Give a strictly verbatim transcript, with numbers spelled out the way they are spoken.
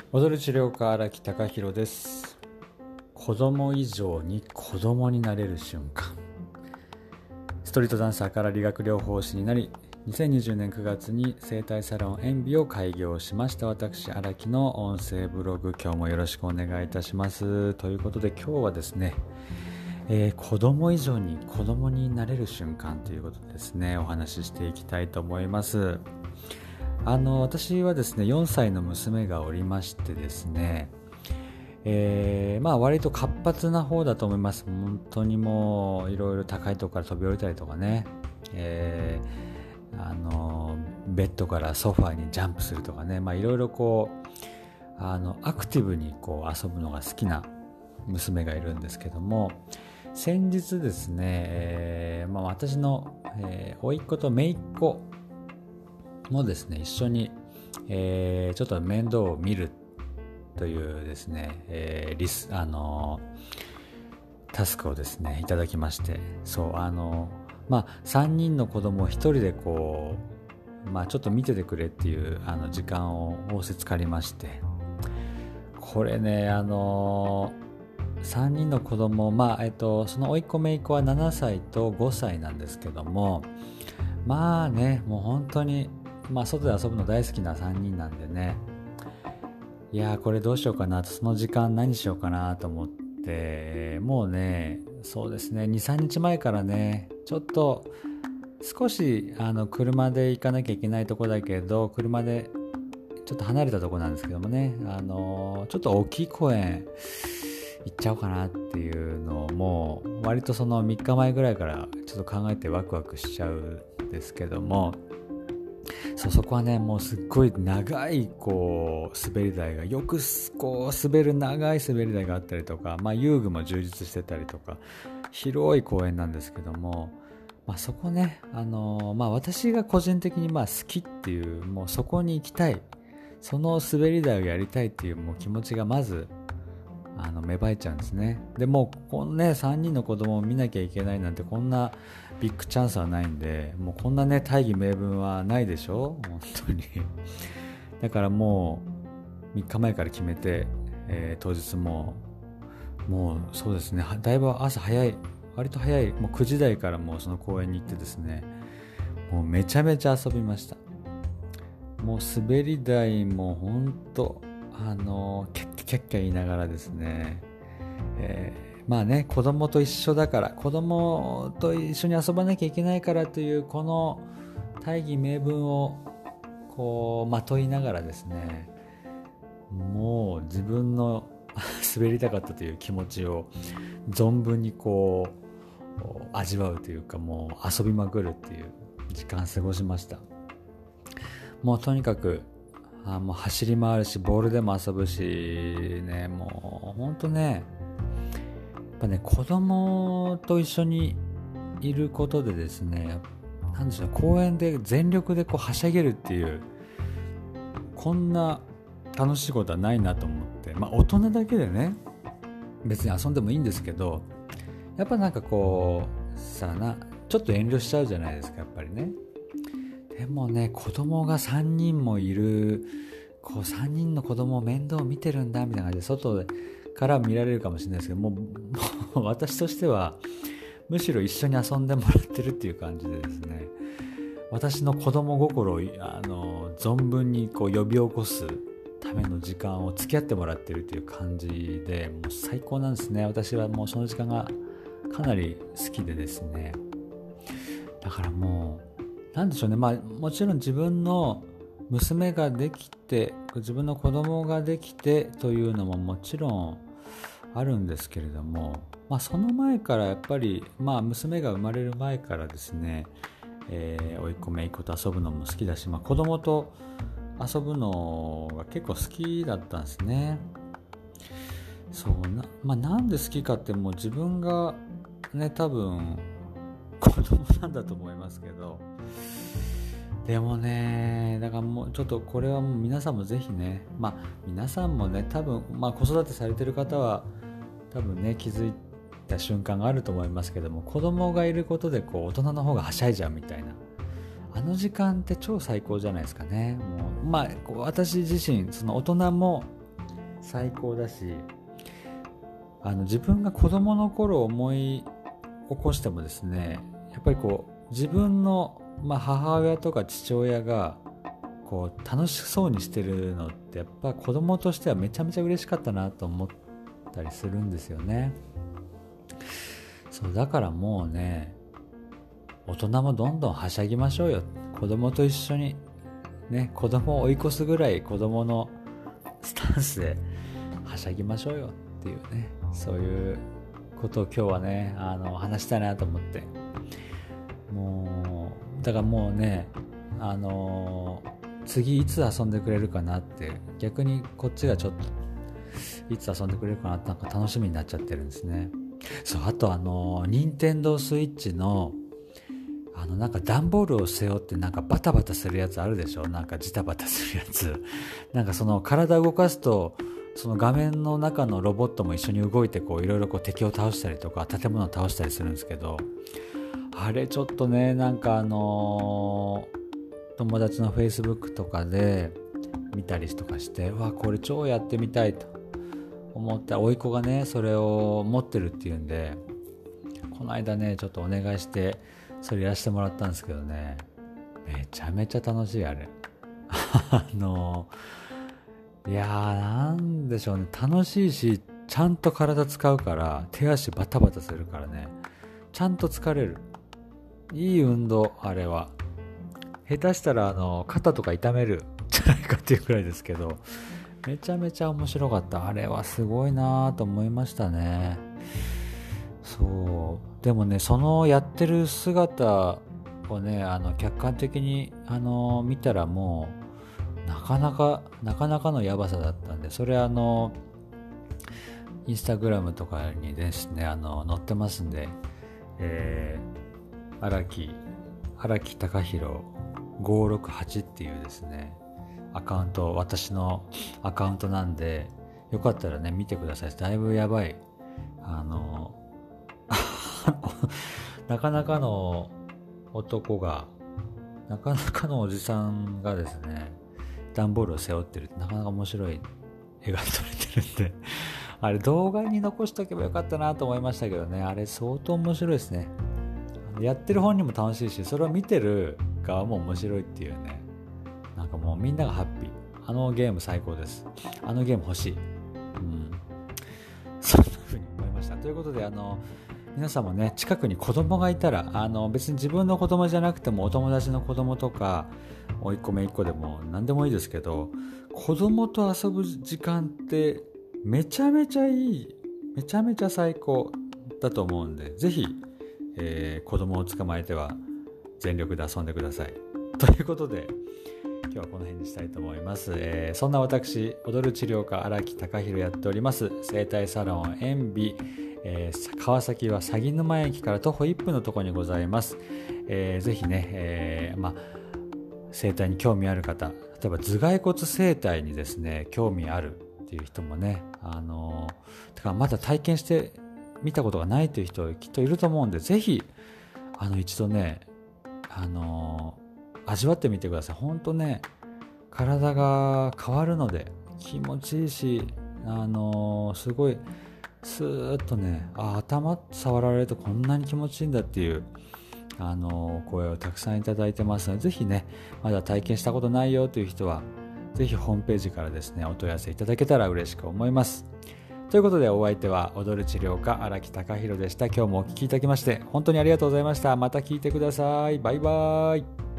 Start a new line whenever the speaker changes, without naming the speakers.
踊る治療家荒木隆弘です。子供以上に子供になれる瞬間。ストリートダンサーから理学療法士になり、にせんにじゅうねんくがつに整体サロンエンビを開業しました私荒木の音声ブログ、今日もよろしくお願いいたします。ということで今日はですね、えー、子供以上に子供になれる瞬間ということでですね、お話ししていきたいと思います。あの私はですねよんさいの娘がおりましてですね、えー、まあ割と活発な方だと思います。本当にもういろいろ高いところから飛び降りたりとかね、えー、あのベッドからソファーにジャンプするとかね、まあいろいろこうあのアクティブにこう遊ぶのが好きな娘がいるんですけども、先日ですね、えーまあ、私の、えー、甥っ子と姪っ子もですね一緒に、えー、ちょっと面倒を見るというですね、えー、リスあのー、タスクをですねいただきまして、そうあのー、まあさんにんの子供をひとりでこうまあちょっと見ててくれっていうあの時間を仰せつかりまして、これねあのーさんにんの子供、まあえっと、その甥っ子姪っ子はななさいとごさいなんですけども、まあねもう本当に、まあ、外で遊ぶの大好きなさんにんなんでね、いやーこれどうしようかなと、その時間何しようかなと思って、もうねそうですねにさんにちまえからねちょっと少しあの車で行かなきゃいけないとこだけど、車でちょっと離れたとこなんですけどもね、あのー、ちょっと大きい公園行っちゃおうかなっていうのをもう割とそのみっかまえぐらいからちょっと考えてワクワクしちゃうんですけども、そうそこはねもうすっごい長いこう滑り台がよくこう滑る長い滑り台があったりとか、まあ、遊具も充実してたりとか広い公園なんですけども、まあ、そこね、あのーまあ、私が個人的にまあ好きっていう、もうそこに行きたい、その滑り台をやりたいっていうもう気持ちがまずあの芽生えちゃうんですね。でもうこのねさんにんの子供を見なきゃいけないなんて、こんなビッグチャンスはないんで、もうこんなね大義名分はないでしょ本当に。だからもうみっかまえから決めて、えー、当日ももうそうですねだいぶ朝早い、割と早い、もうくじ台からもうその公園に行ってですね、もうめちゃめちゃ遊びました。もう滑り台も本当あのキャッキャキャッキャ言いながらですね、えー、まあね子供と一緒だから、子供と一緒に遊ばなきゃいけないからというこの大義名分をこうまといながらですね、もう自分の滑りたかったという気持ちを存分にこう味わうというか、もう遊びまくるっていう時間過ごしました。もうとにかくあもう走り回るし、ボールでも遊ぶしね、もうほんとね、やっぱね子供と一緒にいることでですね、なんでしょう、公園で全力でこうはしゃげるっていう、こんな楽しいことはないなと思って、まあ大人だけでね別に遊んでもいいんですけど、やっぱなんかこうさなちょっと遠慮しちゃうじゃないですか、やっぱりね。でもね子供がさんにんもいる、こうさんにんの子供を面倒を見てるんだみたいな感じで外でから見られるかもしれないですけども、もう私としてはむしろ一緒に遊んでもらってるっていう感じでですね、私の子供心をあの存分にこう呼び起こすための時間を付き合ってもらってるっていう感じで、もう最高なんですね。私はもうその時間がかなり好きでですね、だからもうなんでしょうね、まあもちろん自分の娘ができて、自分の子供ができてというのももちろんあるんですけれども、まあその前からやっぱり、まあ娘が生まれる前からですね、えー、甥っ子姪っ子と遊ぶのも好きだし、まあ子供と遊ぶのが結構好きだったんですね。そうな、まあなんで好きかって、もう自分がね多分子供なんだと思いますけど、でもねだからもうちょっとこれはもう皆さんもぜひね、まあ皆さんもね多分、まあ子育てされてる方は多分ね気づいた瞬間があると思いますけども、子供がいることでこう大人の方がはしゃいじゃうみたいな、あの時間って超最高じゃないですかね。もうまあ私自身その大人も最高だし、あの自分が子供の頃思い起こしてもですね、やっぱりこう自分の、まあ、母親とか父親がこう楽しそうにしてるのってやっぱ子供としてはめちゃめちゃ嬉しかったなと思ったりするんですよね。そうだからもうね、大人もどんどんはしゃぎましょうよ。子供と一緒にね、子供を追い越すぐらい子供のスタンスではしゃぎましょうよっていうね、そういうことを今日はね、あの話したいなと思って、もうだからもうね、あの次いつ遊んでくれるかなって、逆にこっちがちょっといつ遊んでくれるかなってなんか楽しみになっちゃってるんですね。そう、あとあの任天堂スイッチのあのなんか段ボールを背負ってなんかバタバタするやつあるでしょ。なんかジタバタするやつ。なんかその体動かすとその画面の中のロボットも一緒に動いてこういろいろこう敵を倒したりとか建物を倒したりするんですけど、あれちょっとね、なんかあのー、友達の Facebook とかで見たりとかして、うわこれ超やってみたいと思った甥っ子がねそれを持ってるっていうんで、この間ねちょっとお願いしてそれやらせてもらったんですけどね、めちゃめちゃ楽しい。あれあのいやーなんでしょうね、楽しいしちゃんと体使うから手足バタバタするからね、ちゃんと疲れる。いい運動。あれは下手したらあの肩とか痛めるじゃないかっていうくらいですけど、めちゃめちゃ面白かった。あれはすごいなと思いましたね。そうでもね、そのやってる姿をね、あの客観的にあの見たらもうなかなかなかなかのやばさだったんで、それあのインスタグラムとかにですね、あの載ってますんで、えー、荒木荒木貴弘ごーろくはちっていうですねアカウント、私のアカウントなんで、よかったらね見てください。だいぶやばい、あのなかなかの男が、なかなかのおじさんがですね段ボールを背負ってる、なかなか面白い絵が撮れてるんであれ動画に残しとけばよかったなと思いましたけどね、あれ相当面白いですね。やってる本人も楽しいし、それを見てる側も面白いっていうね、なんかもうみんながハッピー。あのゲーム最高です。あのゲーム欲しい。うん。そんな風に思いました。ということで、あの皆さんもね、近くに子供がいたら、あの別に自分の子供じゃなくてもお友達の子供とか甥っ子姪っ子でも何でもいいですけど、子供と遊ぶ時間ってめちゃめちゃいい、めちゃめちゃ最高だと思うんで、ぜひ、えー、子供を捕まえては全力で遊んでください。ということで今日はこの辺にしたいと思います。えー、そんな私、踊る治療家荒木貴弘やっております整体サロン円美、えー、川崎は鷺沼駅から徒歩いっぷんのところにございます。えー、ぜひね、えーまあ、整体に興味ある方、例えば頭蓋骨整体にですね興味あるっていう人もね、あのー、てかまだ体験して見たことがないという人きっといると思うんで、ぜひあの一度ね、あのー味わってみてください。本当ね、体が変わるので気持ちいいし、あのー、すごいスーッとね、あ、頭触られるとこんなに気持ちいいんだっていう、あのー、声をたくさんいただいてますので、ぜひね、まだ体験したことないよという人はぜひホームページからですねお問い合わせいただけたら嬉しく思います。ということで、お相手は踊る治療家荒木貴弘でした。今日もお聞きいただきまして本当にありがとうございました。また聞いてください。バイバイ。